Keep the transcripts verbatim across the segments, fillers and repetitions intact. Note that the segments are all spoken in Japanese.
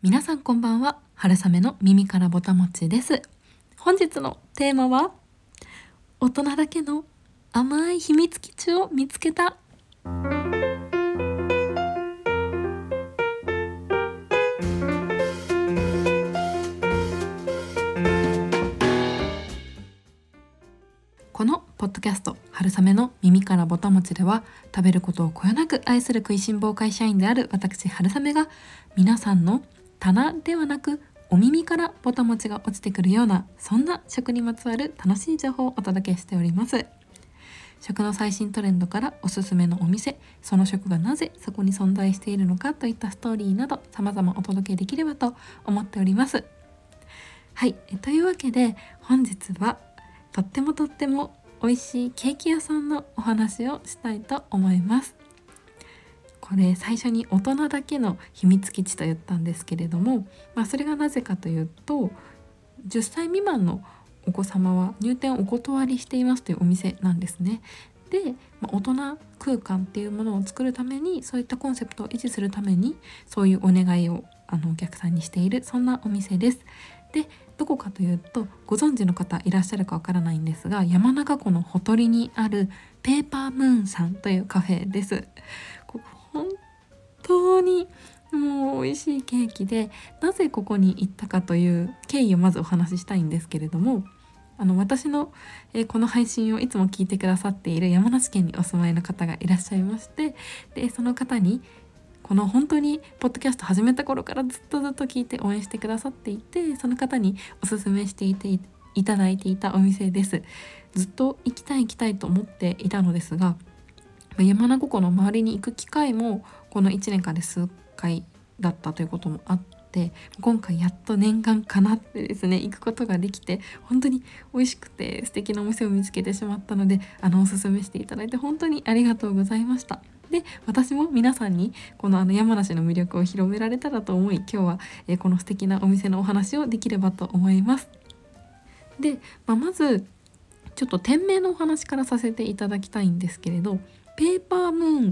皆さんこんばんは。春雨の耳からぼたもちです。本日のテーマは大人だけの甘い秘密基地を見つけた。このポッドキャスト春雨の耳からぼたもちでは、食べることをこよなく愛する食いしん坊会社員である私春雨が、皆さんの棚ではなくお耳からぼたもちが落ちてくるような、そんな食にまつわる楽しい情報をお届けしております。食の最新トレンドからおすすめのお店、その食がなぜそこに存在しているのかといったストーリーなど、様々お届けできればと思っております。はい、というわけで本日はとってもとっても美味しいケーキ屋さんのお話をしたいと思います。これ最初に大人だけの秘密基地と言ったんですけれども、まあ、それがなぜかというと、じゅっさい未満のお子様は入店をお断りしていますというお店なんですね。で、まあ、大人空間っていうものを作るために、そういったコンセプトを維持するために、そういうお願いをあのお客さんにしている、そんなお店です。で、どこかというと、ご存知の方いらっしゃるかわからないんですが、山中湖のほとりにあるペーパームーンさんというカフェです。ここ本当にもう美味しいケーキで、なぜここに行ったかという経緯をまずお話ししたいんですけれども、あの私の、えーこの配信をいつも聞いてくださっている山梨県にお住まいの方がいらっしゃいまして、でその方に、この本当にポッドキャスト始めた頃からずっとずっと聞いて応援してくださっていて、その方におすすめしていていただいていたお店です。ずっと行きたい行きたいと思っていたのですが、山中湖の周りに行く機会もこのいちねんかんで数回だったということもあって、今回やっと念願かなってですね、行くことができて、本当に美味しくて素敵なお店を見つけてしまったので、あのおすすめしていただいて本当にありがとうございました。で、私も皆さんにこのあの山梨の魅力を広められたらと思い、今日は、えーこの素敵なお店のお話をできればと思います。で、まあ、まずちょっと店名のお話からさせていただきたいんですけれど、ペーパームーンって、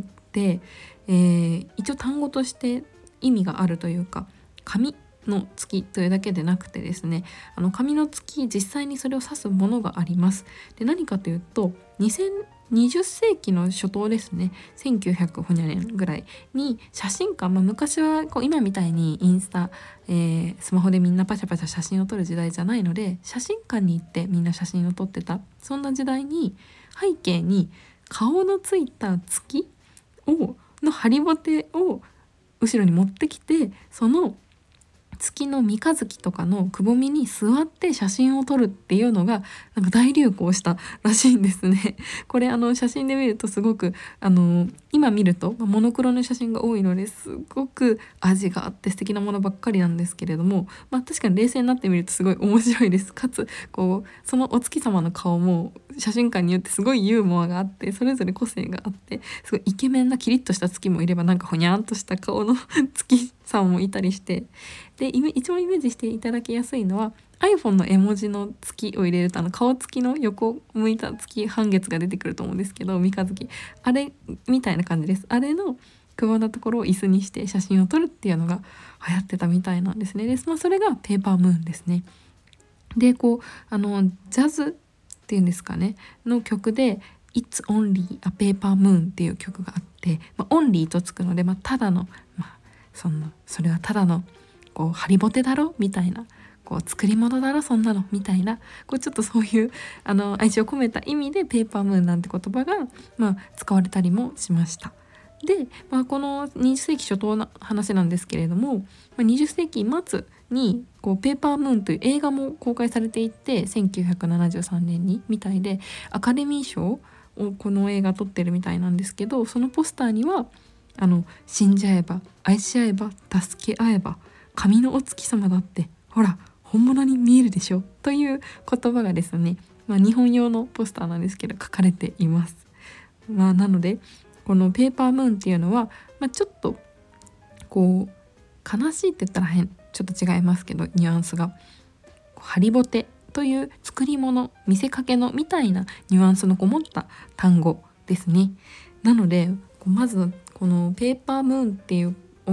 えー一応単語として意味があるというか、紙の月というだけでなくてですね、あの紙の月、実際にそれを指すものがあります。で、何かというと、にせんにじゅっせいきの初頭ですね、せんきゅうひゃくほにゃねんぐらいに写真館、まあ、昔はこう今みたいにインスタ、えースマホでみんなパシャパシャ写真を撮る時代じゃないので、写真館に行ってみんな写真を撮ってた、そんな時代に背景に顔のついた月をのハリボテを後ろに持ってきて、その月の三日月とかのくぼみに座って写真を撮るっていうのがなんか大流行したらしいんですね。これあの写真で見るとすごくあの今見ると、まあモノクロの写真が多いのですごく味があって素敵なものばっかりなんですけれども、まあ確かに冷静になってみるとすごい面白いです。かつこうそのお月様の顔も写真館によってすごいユーモアがあって、それぞれ個性があって、すごいイケメンなキリッとした月もいれば、なんかほにゃんとした顔の月さんもいたりして、でイメ一番イメージしていただきやすいのは iPhone の絵文字の月を入れると、あの顔つきの横向いた月半月が出てくると思うんですけど、三日月、あれみたいな感じです。あれのくぼんだところを椅子にして写真を撮るっていうのが流行ってたみたいなんですね。で、まあ、それがペーパームーンですね。で、こうあのジャズっていうんですかねの曲で It's Only a Paper Moon っていう曲があって、まあ、オンリーとつくので、まあ、ただの、まあ、そんなそれはただのこうハリボテだろみたいな、こう作り物だろそんなのみたいな、こうちょっとそういうあの愛情を込めた意味でペーパームーンなんて言葉が、まあ、使われたりもしました。で、まあ、このにじゅっせいき初頭の話なんですけれども、まあ、にじゅっせいき末にこうペーパームーンという映画も公開されていて、せんきゅうひゃくななじゅうさんねんにみたいで、アカデミー賞をこの映画撮ってるみたいなんですけど、そのポスターにはあの死んじゃえば愛し合えば助け合えば神のお月様だってほら本物に見えるでしょという言葉がですね、まあ、日本用のポスターなんですけど書かれています。まあ、なのでこのペーパームーンっていうのは、まあ、ちょっとこう悲しいって言ったら変ちょっと違いますけど、ニュアンスがハリボテという作り物、見せかけのみたいなニュアンスのこもった単語ですね。なのでまずこのペーパームーンっていうお店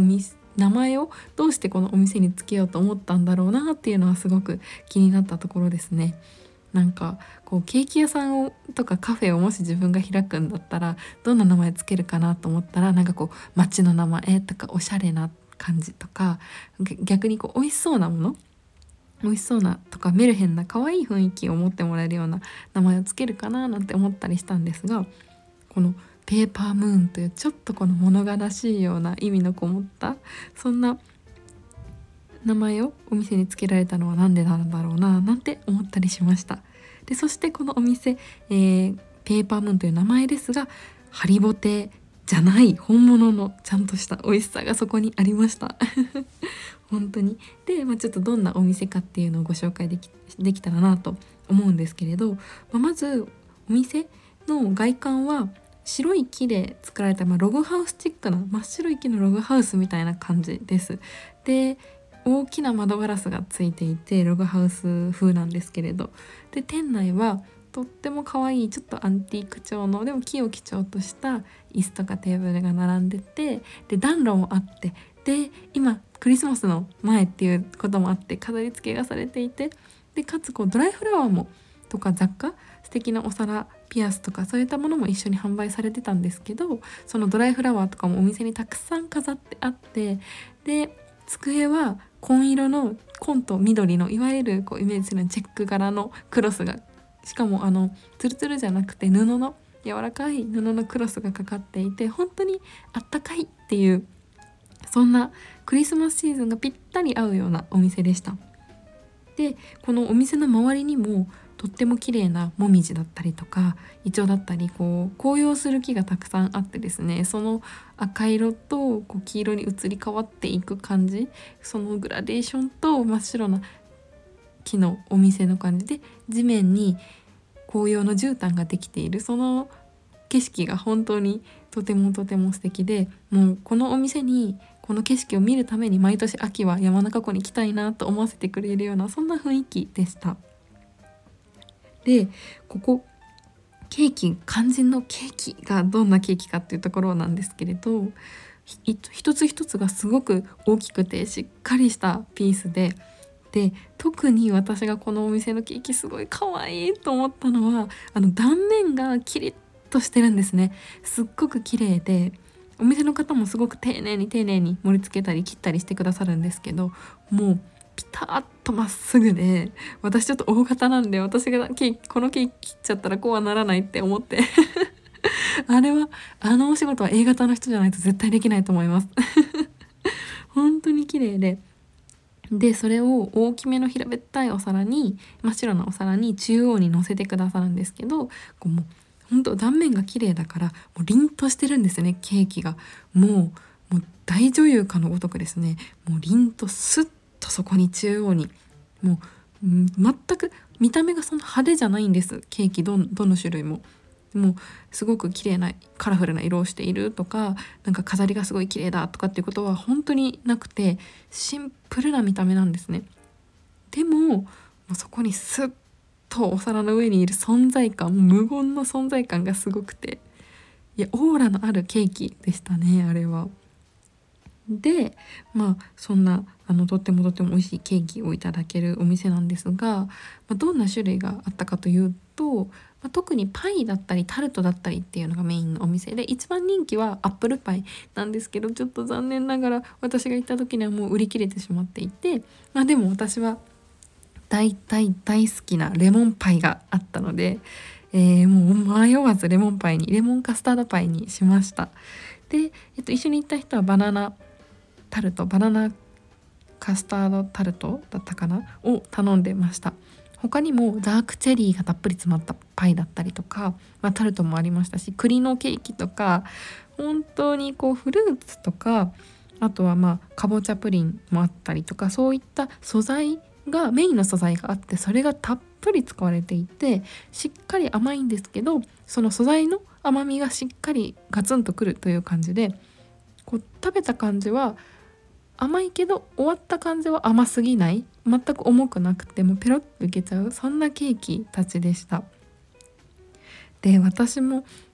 名前をどうしてこのお店につけようと思ったんだろうなっていうのはすごく気になったところですね。なんかこうケーキ屋さんをとかカフェをもし自分が開くんだったらどんな名前つけるかなと思ったら、なんかこう街の名前とかおしゃれな感じとか、逆にこう美味しそうなもの美味しそうなとかメルヘンな可愛い雰囲気を持ってもらえるような名前をつけるかななんて思ったりしたんですが、このペーパームーンというちょっとこの物悲しいような意味のこもったそんな名前をお店につけられたのはなんでなんだろうななんて思ったりしました。でそしてこのお店、えー、ペーパームーンという名前ですがハリボテじゃない本物のちゃんとした美味しさがそこにありました本当に。で、まあ、ちょっとどんなお店かっていうのをご紹介でき、できたらなと思うんですけれど、まあ、まずお店の外観は白い木で作られた、まあ、ログハウスチックな真っ白い木のログハウスみたいな感じです。で大きな窓ガラスがついていてログハウス風なんですけれど、で店内はとっても可愛いちょっとアンティーク調のでも木を基調とした椅子とかテーブルが並んでて、で暖炉もあって、で今クリスマスの前っていうこともあって飾り付けがされていて、でかつこうドライフラワーもとか雑貨素敵なお皿ピアスとかそういったものも一緒に販売されてたんですけど、そのドライフラワーとかもお店にたくさん飾ってあって、で机は紺色の紺と緑のいわゆるこうイメージするチェック柄のクロスが、しかもあのツルツルじゃなくて布の柔らかい布のクロスがかかっていて本当にあったかいっていう、そんなクリスマスシーズンがぴったり合うようなお店でした。でこのお店の周りにもとっても綺麗なもみじだったりとかイチョウだったりこう紅葉する木がたくさんあってですね、その赤色とこう黄色に移り変わっていく感じ、そのグラデーションと真っ白な木のお店の感じで地面に紅葉の絨毯ができているその景色が本当にとてもとても素敵で、もうこのお店にこの景色を見るために毎年秋は山中湖に来たいなと思わせてくれるようなそんな雰囲気でした。でここケーキ肝心のケーキがどんなケーキかっていうところなんですけれど、一つ一つがすごく大きくてしっかりしたピースで、で特に私がこのお店のケーキすごい可愛いと思ったのはあの断面がキリッとしてるんですね。すっごく綺麗でお店の方もすごく丁寧に丁寧に盛り付けたり切ったりしてくださるんですけど、もうピタッとまっすぐで、私ちょっと大型なんで私がケーキこのケーキ切っちゃったらこうはならないって思ってあれはあのお仕事は A 型の人じゃないと絶対できないと思います本当に綺麗で、でそれを大きめの平べったいお皿に真っ白なお皿に中央に乗せてくださるんですけど、こうもう本当断面が綺麗だからもう凛としてるんですね。ケーキがもうもう大女優かのごとくですね、もう凛とスッとそこに中央にもう、うん、全く見た目がそんな派手じゃないんです。ケーキ ど, どの種類ももうすごく綺麗なカラフルな色をしているとか、なんか飾りがすごい綺麗だとかっていうことは本当になくて、シンプルな見た目なんですね。でも、もうそこにスッとお皿の上にいる存在感、無言の存在感がすごくて、いやオーラのあるケーキでしたねあれは。でまあそんなあのとってもとっても美味しいケーキをいただけるお店なんですが、まあ、どんな種類があったかというと、まあ、特にパイだったりタルトだったりっていうのがメインのお店で、一番人気はアップルパイなんですけど、ちょっと残念ながら私が行った時にはもう売り切れてしまっていて、まあでも私は大大大好きなレモンパイがあったので、えー、もう迷わずレモンパイにレモンカスタードパイにしました。で、えっと、一緒に行った人はバナナタルトバナナカスタードタルトだったかなを頼んでました。他にもダークチェリーがたっぷり詰まったパイだったりとか、まあ、タルトもありましたし、栗のケーキとか本当にこうフルーツとか、あとはまあかぼちゃプリンもあったりとか、そういった素材がメインの素材があって、それがたっぷり使われていてしっかり甘いんですけど、その素材の甘みがしっかりガツンとくるという感じで、こう食べた感じは甘いけど終わった感じは甘すぎない、全く重くなくてもペロッといけちゃう、そんなケーキたちでした。で私も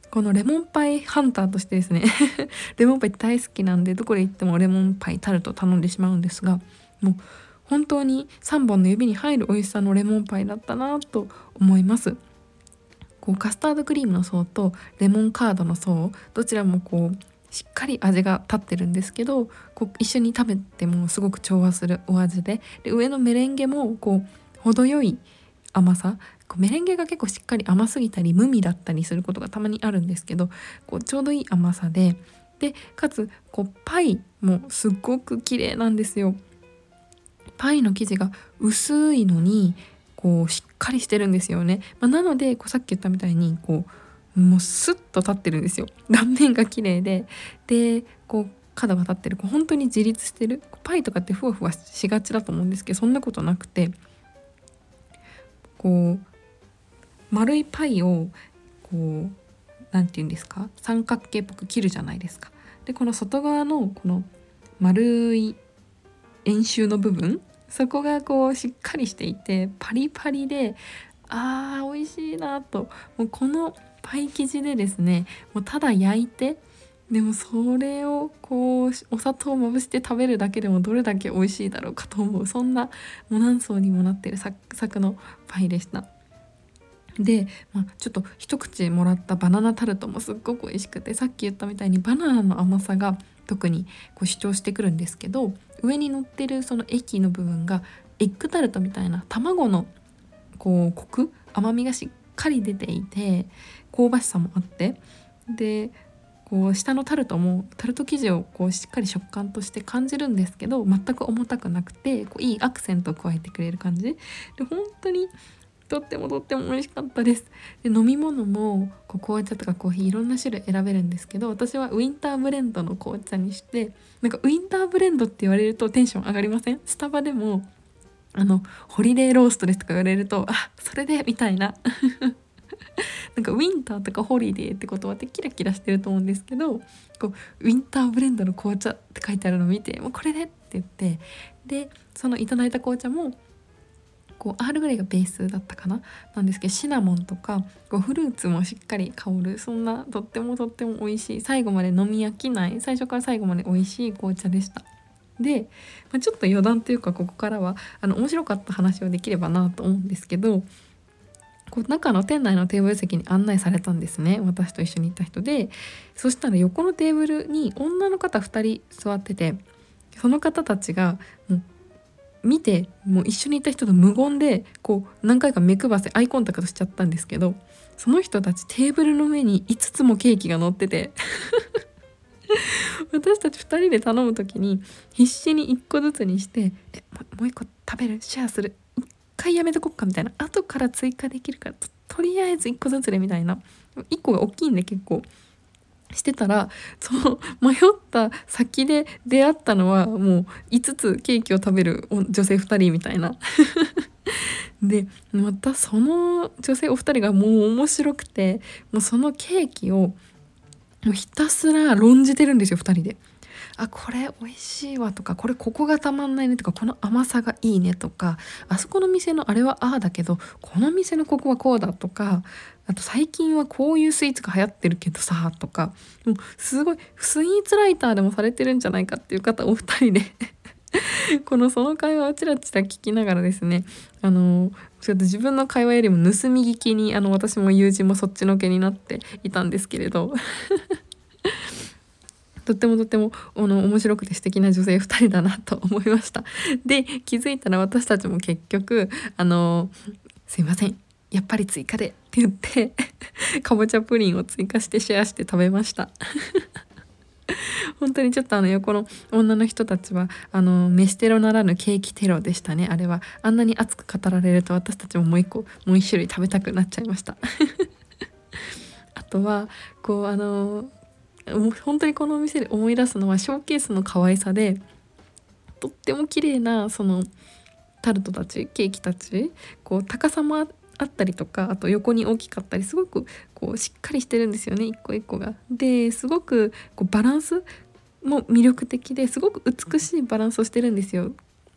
このレモンパイハンターとしてですねレモンパイ大好きなんで、どこで行ってもレモンパイタルト頼んでしまうんですが、もう本当にさんぼんの指に入る美味しさのレモンパイだったなと思います。こうカスタードクリームの層とレモンカードの層、どちらもこうしっかり味が立ってるんですけど、こう一緒に食べてもすごく調和するお味で、で上のメレンゲもこう程よい甘さ、こうメレンゲが結構しっかり甘すぎたり無味だったりすることがたまにあるんですけど、こうちょうどいい甘さで、でかつこうパイもすっごく綺麗なんですよ。パイの生地が薄いのにこうしっかりしてるんですよね、まあ、なのでこうさっき言ったみたいにこうもうスッと立ってるんですよ。断面が綺麗で、でこう角が立ってる、こう本当に自立してる。パイとかってふわふわしがちだと思うんですけど、そんなことなくて、こう丸いパイをこうなんて言うんですか、三角形っぽく切るじゃないですか。でこの外側のこの丸い円周の部分、そこがこうしっかりしていてパリパリで、あー美味しいなと。もうこのパイ生地でですね、もうただ焼いて、でもそれをこうお砂糖をまぶして食べるだけでもどれだけ美味しいだろうかと思う、そんなもう何層にもなってるサクサクのパイでした。で、まあ、ちょっと一口もらったバナナタルトもすっごく美味しくて、さっき言ったみたいにバナナの甘さが特にこう主張してくるんですけど、上に乗ってるその液の部分がエッグタルトみたいな卵のこうコク甘みがしっかり出ていて、香ばしさもあって、でこう下のタルトもタルト生地をこうしっかり食感として感じるんですけど、全く重たくなくてこういいアクセントを加えてくれる感じで、本当にとってもとっても美味しかったです。で飲み物もこう紅茶とかコーヒーいろんな種類選べるんですけど、私はウィンターブレンドの紅茶にして、なんかウィンターブレンドって言われるとテンション上がりません？スタバでもあのホリデーローストですとか言われると、あそれでみたいななんかウィンターとかホリデーって言葉ってキラキラしてると思うんですけど、こうウィンターブレンドの紅茶って書いてあるのを見て、もうこれでって言って、でそのいただいた紅茶もこうアールグレイがベースだったかな、なんですけどシナモンとかこうフルーツもしっかり香る、そんなとってもとっても美味しい、最後まで飲み飽きない、最初から最後まで美味しい紅茶でした。で、まあ、ちょっと余談というか、ここからはあの面白かった話をできればなと思うんですけど、こう中の店内のテーブル席に案内されたんですね、私と一緒に行った人で。そしたら横のテーブルに女の方ふたり座ってて、その方たちがもう見て、もう一緒にいた人と無言でこう何回か目くばせアイコンタクトしちゃったんですけど、その人たちテーブルの上にいつつもケーキが乗ってて私たちふたりで頼む時に必死にいっこずつにして「えももういっこ食べる？シェアする？一回やめとこっか」みたいな、後から追加できるから と, とりあえずいっこずつでみたいな、いっこが大きいんで結構してたら、その迷った先で出会ったのはもういつつケーキを食べる女性ふたりみたいなでまたその女性お二人がもう面白くて、もうそのケーキをもうひたすら論じてるんですよふたりで。あこれ美味しいわとか、これここがたまんないねとか、この甘さがいいねとか、あそこの店のあれはああだけどこの店のここはこうだとか、あと最近はこういうスイーツが流行ってるけどさとか、もうすごいスイーツライターでもされてるんじゃないかっていう方お二人でこのその会話をちらちら聞きながらですね、あのちょっと自分の会話よりも盗み聞きに、あの私も友人もそっちのけになっていたんですけれどとってもとってもあの面白くて素敵な女性ふたりだなと思いました。で気づいたら私たちも結局あのすいませんやっぱり追加でって言ってかぼちゃプリンを追加してシェアして食べました本当にちょっとあの横の女の人たちはあの飯テロならぬケーキテロでしたね。あれはあんなに熱く語られると私たちももう一個もう一種類食べたくなっちゃいましたあとはこうあのもう本当にこのお店で思い出すのはショーケースの可愛さで、とっても綺麗なそのタルトたちケーキたち、こう高さもあったりとか、あと横に大きかったり、すごくこうしっかりしてるんですよね、一個一個が。ですごくこうバランスも魅力的で、すごく美しいバランスをしてるんですよ。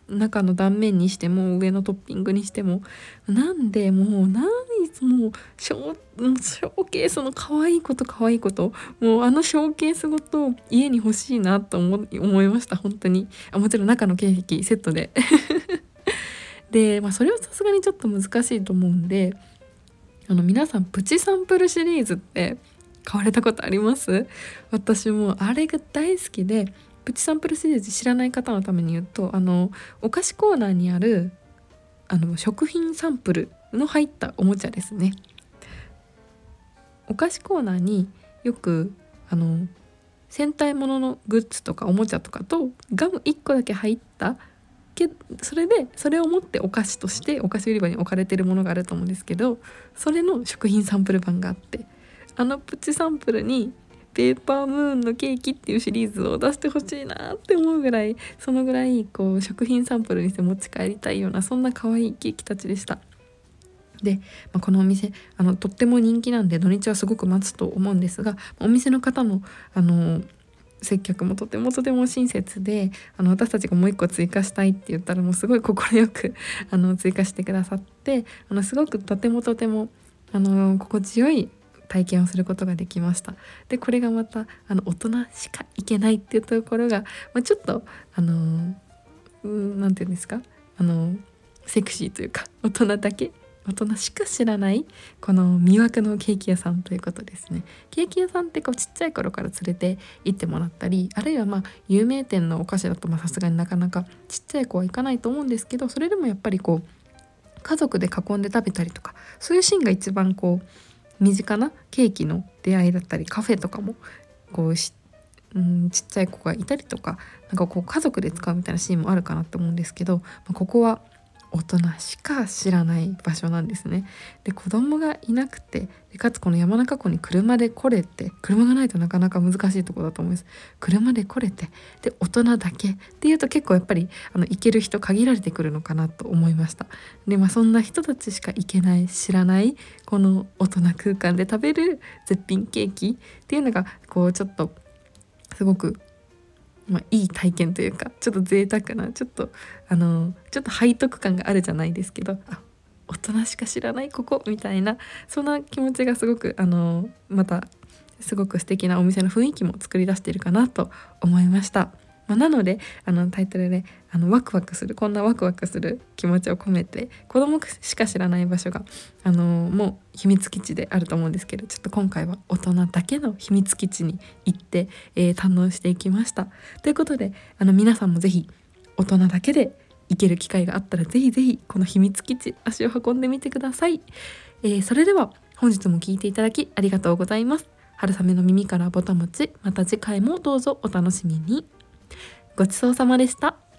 中の断面にしても上のトッピングにしても、なんでもう何もうショー、ショーケースの可愛いこと可愛いこともうあのショーケースごと家に欲しいなと思思いました。本当に。あ、もちろん中のケーキセットでで、まあ、それはさすがにちょっと難しいと思うんで、あの皆さんプチサンプルシリーズって買われたことあります？私もあれが大好きで、プチサンプルシリーズ知らない方のために言うと、あのお菓子コーナーにあるあの食品サンプルの入ったおもちゃですね。お菓子コーナーによくあの戦隊もののグッズとかおもちゃとかとガムいっこだけ入ったけそれでそれを持ってお菓子としてお菓子売り場に置かれているものがあると思うんですけど、それの食品サンプル版があって、あのプチサンプルにペーパームーンのケーキっていうシリーズを出してほしいなって思うぐらい、そのぐらいこう食品サンプルにして持ち帰りたいような、そんな可愛いケーキたちでした。で、まあ、このお店あのとっても人気なんで土日はすごく待つと思うんですが、お店の方のあの接客もとてもとても親切で、あの私たちがもう一個追加したいって言ったらもうすごい快くあの追加してくださって、あのすごくとてもとてもあの心地よい体験をすることができました。でこれがまたあの大人しか行けないっていうところが、まあ、ちょっとあのなんていうんですか、あのセクシーというか、大人だけ大人しか知らないこの魅惑のケーキ屋さんということですね。ケーキ屋さんってこうちっちゃい頃から連れて行ってもらったり、あるいはまあ有名店のお菓子だとさすがになかなかちっちゃい子は行かないと思うんですけど、それでもやっぱりこう家族で囲んで食べたりとか、そういうシーンが一番こう身近なケーキの出会いだったり、カフェとかもこうしうんちっちゃい子がいたりとか、なんかこう家族で使うみたいなシーンもあるかなと思うんですけど、まあ、ここは大人しか知らない場所なんですね。で子供がいなくて、でかつこの山中湖に車で来れて、車がないとなかなか難しいところだと思います。車で来れて、で大人だけっていうと結構やっぱりあの行ける人限られてくるのかなと思いました。でまあそんな人たちしか行けない、知らないこの大人空間で食べる絶品ケーキっていうのがこうちょっとすごくまあ、いい体験というか、ちょっと贅沢な、ちょっとあのちょっと背徳感があるじゃないですけど、あ大人しか知らないここみたいな、そんな気持ちがすごくあのまたすごく素敵なお店の雰囲気も作り出しているかなと思いました。まあ、なのであのタイトルであのワクワクする、こんなワクワクする気持ちを込めて、子供しか知らない場所があのもう秘密基地であると思うんですけど、ちょっと今回は大人だけの秘密基地に行って、えー、堪能していきました。ということであの皆さんもぜひ大人だけで行ける機会があったら、ぜひぜひこの秘密基地足を運んでみてください。えー、それでは本日も聞いていただきありがとうございます。春雨の耳からぼたもち、また次回もどうぞお楽しみに。ごちそうさまでした。